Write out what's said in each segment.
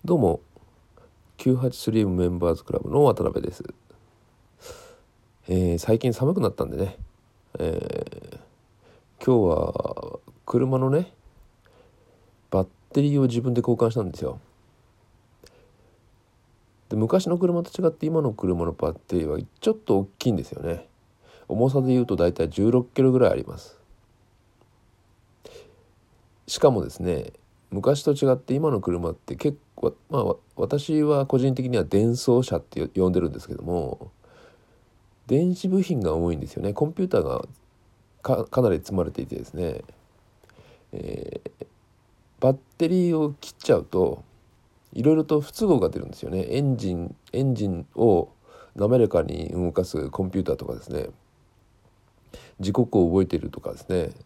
どうも983メンバーズクラブの渡辺です。最近寒くなったんでね、今日は車のねバッテリーを自分で交換したんですよ。で、昔の車と違って今の車のバッテリーはちょっと大きいんですよね。重さでいうとだいたい16キロぐらいあります。しかもですね、昔と違って今の車って結構、私は個人的には電装車って呼んでるんですけども、電子部品が多いんですよね。コンピューターがかなり積まれていてですね、バッテリーを切っちゃうといろいろと不都合が出るんですよね。エンジンを滑らかに動かすコンピューターとかですね、時刻を覚えているとかですね、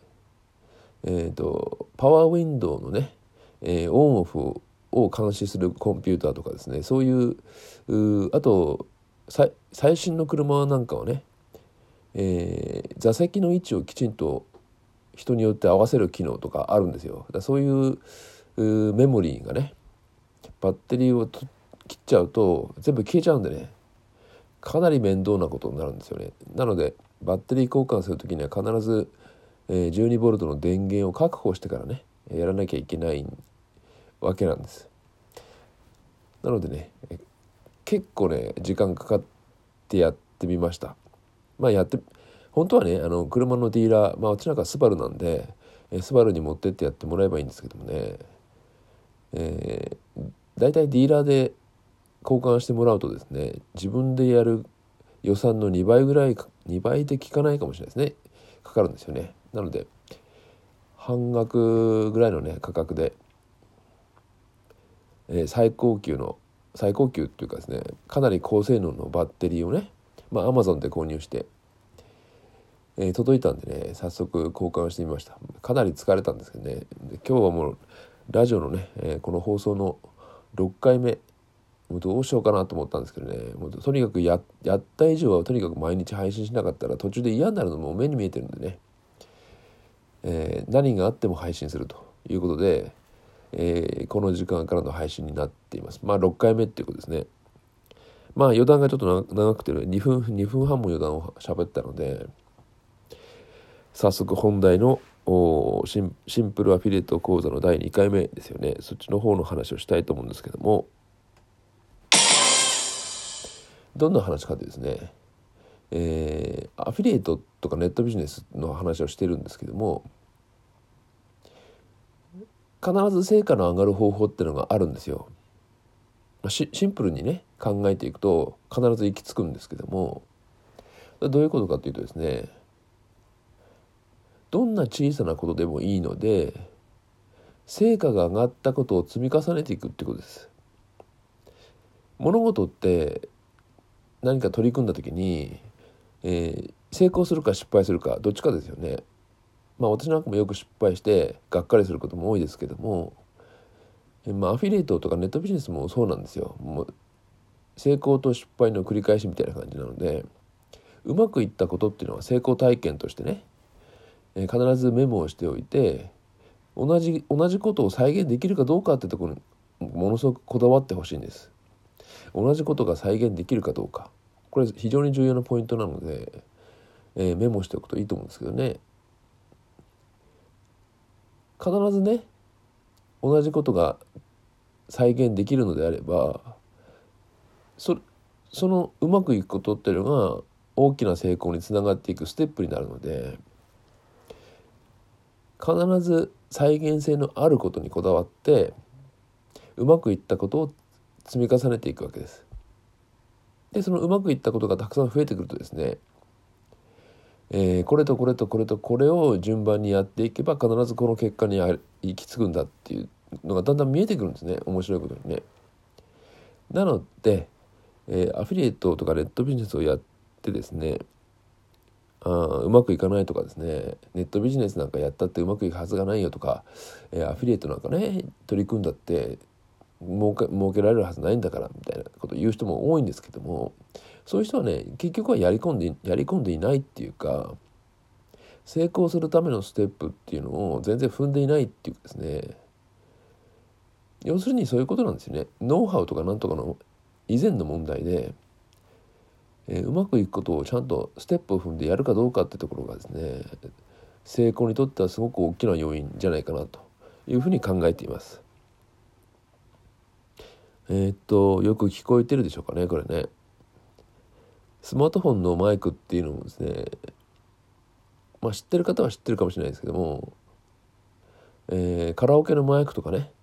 パワーウィンドウのね、オンオフを監視するコンピューターとかですね、そういうあと最新の車なんかはね、座席の位置をきちんと人によって合わせる機能とかあるんですよ。そういうメモリーがね、バッテリーを切っちゃうと全部消えちゃうんでね、かなり面倒なことになるんですよね。なのでバッテリー交換するときには必ず12ボルトの電源を確保してからねやらなきゃいけないわけなんです。なのでね、結構ね時間かかってやってみました。本当はね、車のディーラー、うちなんかスバルなんで、スバルに持ってってやってもらえばいいんですけどもね、だいたいディーラーで交換してもらうとですね、自分でやる予算の2倍ぐらい、2倍で効かないかもしれないですね、かかるんですよね。なので半額ぐらいのね価格で、最高級っていうかですね、かなり高性能のバッテリーをね、Amazon で購入して、届いたんでね、早速交換してみました。かなり疲れたんですけどね。で、今日はもうラジオのね、この放送の6回目、もうどうしようかなと思ったんですけどね、もうとにかくやった以上はとにかく毎日配信しなかったら途中で嫌になるのも目に見えてるんでね、何があっても配信するということで、この時間からの配信になっています。6回目っていうことですね。余談がちょっと長くて2分半も余談を喋ったので、早速本題のシンプルアフィリエイト講座の第2回目ですよね。そっちの方の話をしたいと思うんですけども、どんな話かというとですね、アフィリエイトとかネットビジネスの話をしてるんですけども、必ず成果の上がる方法っていうのがあるんですよ。シンプルにね考えていくと必ず行き着くんですけども、どういうことかというとですね、どんな小さなことでもいいので成果が上がったことを積み重ねていくってことです。物事って何か取り組んだ時に、成功するか失敗するかどっちかですよね。私なんかもよく失敗してがっかりすることも多いですけども、アフィリエイトとかネットビジネスもそうなんですよ。もう成功と失敗の繰り返しみたいな感じなので、うまくいったことっていうのは成功体験としてね、必ずメモをしておいて、同じことを再現できるかどうかってところにものすごくこだわってほしいんです。同じことが再現できるかどうか、これ非常に重要なポイントなので、メモしておくといいと思うんですけどね。必ずね同じことが再現できるのであれば、そのうまくいくことっていうのが大きな成功につながっていくステップになるので、必ず再現性のあることにこだわってうまくいったことを積み重ねていくわけです。でそのうまくいったことがたくさん増えてくるとですね、これとこれとこれとこれを順番にやっていけば必ずこの結果に行き着くんだっていうのがだんだん見えてくるんですね、面白いことにね。なので、アフィリエイトとかネットビジネスをやってですね、うまくいかないとかですね、ネットビジネスなんかやったってうまくいくはずがないよとか、アフィリエイトなんかね取り組んだって儲けられるはずないんだからみたいなことを言う人も多いんですけども、そういう人はね結局はやり込んでいないっていうか、成功するためのステップっていうのを全然踏んでいないっていうかですね、 要するにそういうことなんですよね。ノウハウとかなんとかの以前の問題で、うまくいくことをちゃんとステップを踏んでやるかどうかってところがですね、成功にとってはすごく大きな要因じゃないかなというふうに考えています。よく聞こえてるでしょうかね、これね。スマートフォンのマイクっていうのもですね、知ってる方は知ってるかもしれないですけども、カラオケのマイクとかね、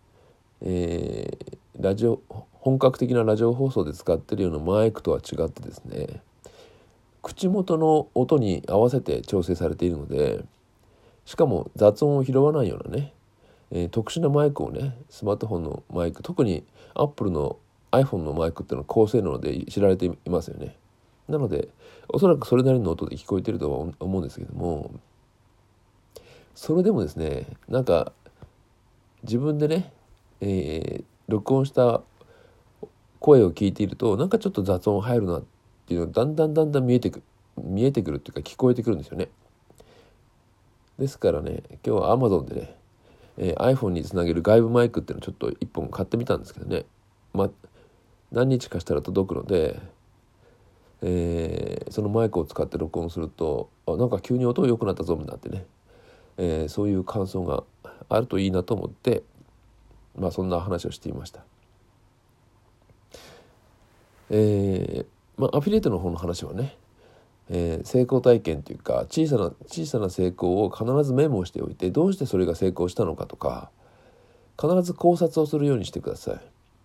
本格的なラジオ放送で使ってるようなマイクとは違ってですね、口元の音に合わせて調整されているので、しかも雑音を拾わないようなね、特殊なマイクをね、スマートフォンのマイク、特にアップルの iPhone のマイクっていうのは高性能で知られていますよね。なのでおそらくそれなりの音で聞こえてるとは思うんですけども、それでもですね、なんか自分でね、録音した声を聞いていると、なんかちょっと雑音入るなっていうのがだんだん見えてくるっていうか聞こえてくるんですよね。ですからね、今日は Amazon でね、iPhone につなげる外部マイクっていうのをちょっと1本買ってみたんですけどね、何日かしたら届くので、そのマイクを使って録音すると、なんか急に音良くなったぞみたいなってね、そういう感想があるといいなと思って、そんな話をしていました。アフィリエイトの方の話はね、成功体験というか小さな成功を必ずメモしておいて、どうしてそれが成功したのかとか必ず考察をするようにしてください。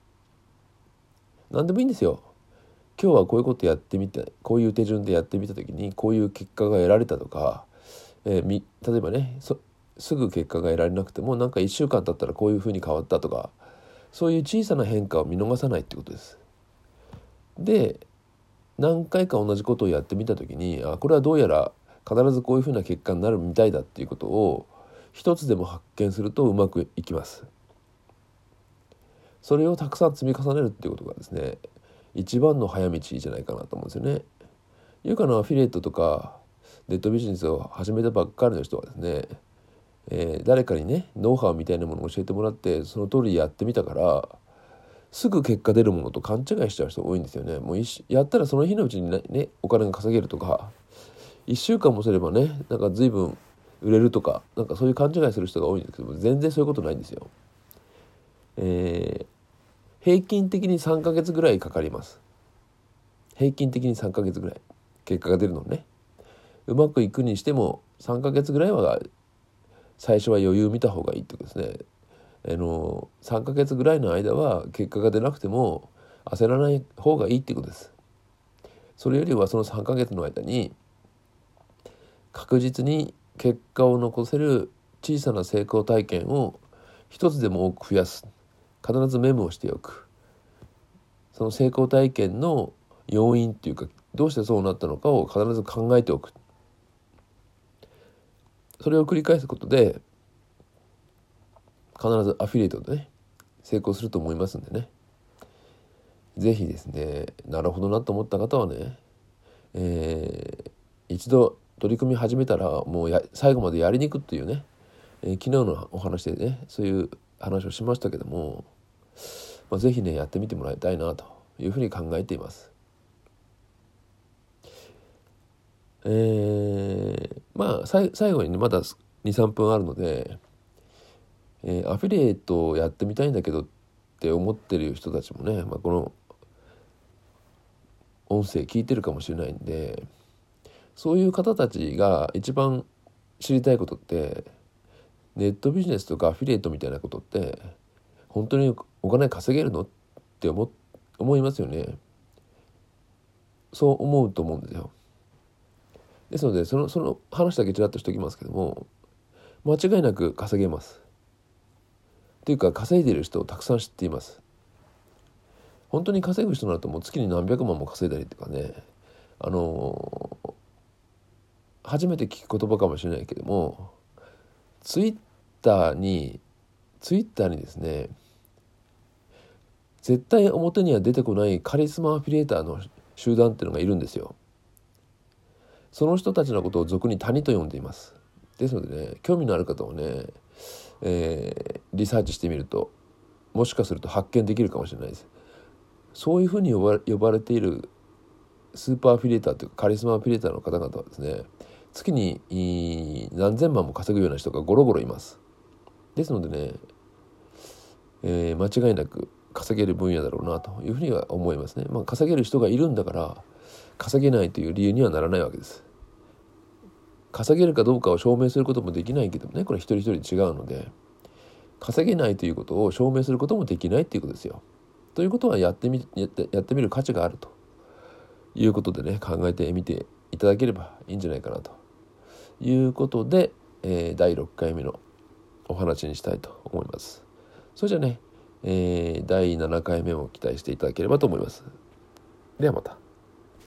何でもいいんですよ。今日はこういうことやってみて、こういう手順でやってみた時にこういう結果が得られたとか、例えばね、すぐ結果が得られなくてもなんか1週間経ったらこういうふうに変わったとか、そういう小さな変化を見逃さないってことです。で、何回か同じことをやってみた時に、これはどうやら必ずこういうふうな結果になるみたいだっていうことを一つでも発見するとうまくいきます。それをたくさん積み重ねるっていうことがですね、一番の早道じゃないかなと思うんですよね。有価のアフィリエイトとかネットビジネスを始めたばっかりの人はですね、誰かにねノウハウみたいなものを教えてもらってその通りやってみたからすぐ結果出るものと勘違いしちゃう人多いんですよね。もうやったらその日のうちにねお金が稼げるとか、1週間もすればねなんか随分売れるとか、なんかそういう勘違いする人が多いんですけども、全然そういうことないんですよ。平均的に3ヶ月ぐらいかかります。平均的に3ヶ月ぐらい結果が出るのね。うまくいくにしても3ヶ月ぐらいは最初は余裕見た方がいいってことですね。3ヶ月ぐらいの間は結果が出なくても焦らない方がいいってことです。それよりはその3ヶ月の間に確実に結果を残せる小さな成功体験を一つでも多く増やす。必ずメモをしておく。その成功体験の要因っていうか、どうしてそうなったのかを必ず考えておく。それを繰り返すことで必ずアフィリエイトでね成功すると思いますんでね、ぜひですね、なるほどなと思った方はね、一度取り組み始めたらもう最後までやりに行くっていうね、昨日のお話でねそういう話をしましたけども、ぜひねやってみてもらいたいなというふうに考えています。最後にねまだ 2,3 分あるので、アフィリエイトをやってみたいんだけどって思ってる人たちもね、この音声聞いてるかもしれないんで、そういう方たちが一番知りたいことって、ネットビジネスとかアフィリエイトみたいなことって本当にお金稼げるのって思いますよね。そう思うと思うんですよ。ですのでその話だけちらっとしておきますけども、間違いなく稼げます。っていうか稼いでいる人をたくさん知っています。本当に稼ぐ人になるともう月に何百万も稼いだりとかね、初めて聞く言葉かもしれないけども、ツイッターにですね、絶対表には出てこないカリスマアフィリエーターの集団っていうのがいるんですよ。その人たちのことを俗に谷と呼んでいます。ですのでね、興味のある方はね、リサーチしてみるともしかすると発見できるかもしれないです。そういうふうに呼ばれているスーパーアフィリエーターというかカリスマアフィリエーターの方々はですね、月に何千万も稼ぐような人がゴロゴロいます。ですのでね、間違いなく稼げる分野だろうなというふうには思いますね。稼げる人がいるんだから稼げないという理由にはならないわけです。稼げるかどうかを証明することもできないけどもね、これ一人一人違うので、稼げないということを証明することもできないということですよ。ということはやってみる価値があるということでね、考えてみていただければいいんじゃないかなということで、第6回目のお話にしたいと思います。それじゃあね、第7回目も期待していただければと思います。ではまた。